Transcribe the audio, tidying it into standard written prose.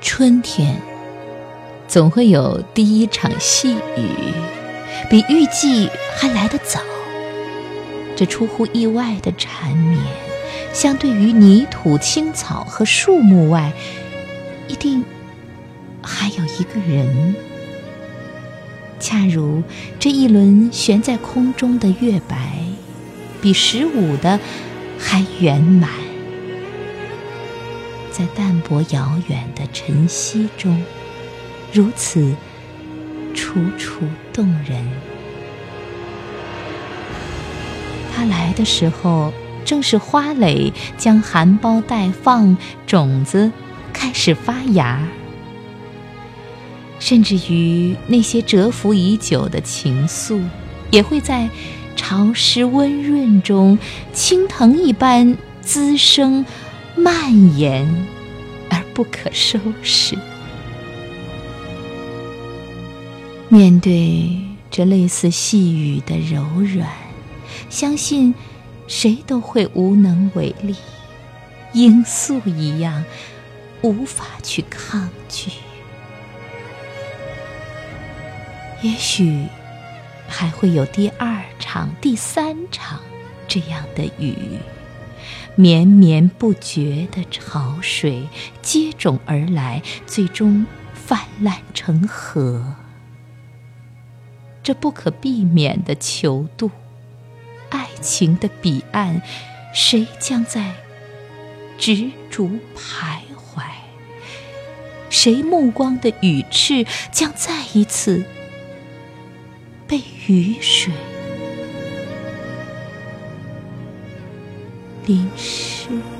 春天总会有第一场细雨，比预计还来得早。这出乎意外的缠绵，相对于泥土、青草和树木外，一定还有一个人。恰如这一轮悬在空中的月白，比15的还圆满。在淡薄遥远的晨曦中，如此楚楚动人。它来的时候，正是花蕾将含苞待放，种子开始发芽。甚至于那些蛰伏已久的情愫，也会在潮湿温润中青藤一般滋生蔓延而不可收拾。面对这类似细雨的柔软，相信谁都会无能为力，罂粟一样无法去抗拒。也许还会有第2场、第3场这样的雨，绵绵不绝的潮水接踵而来，最终泛滥成河。这不可避免的泅渡，爱情的彼岸，谁将在执着徘徊？谁目光的羽翅将再一次被雨水淋湿？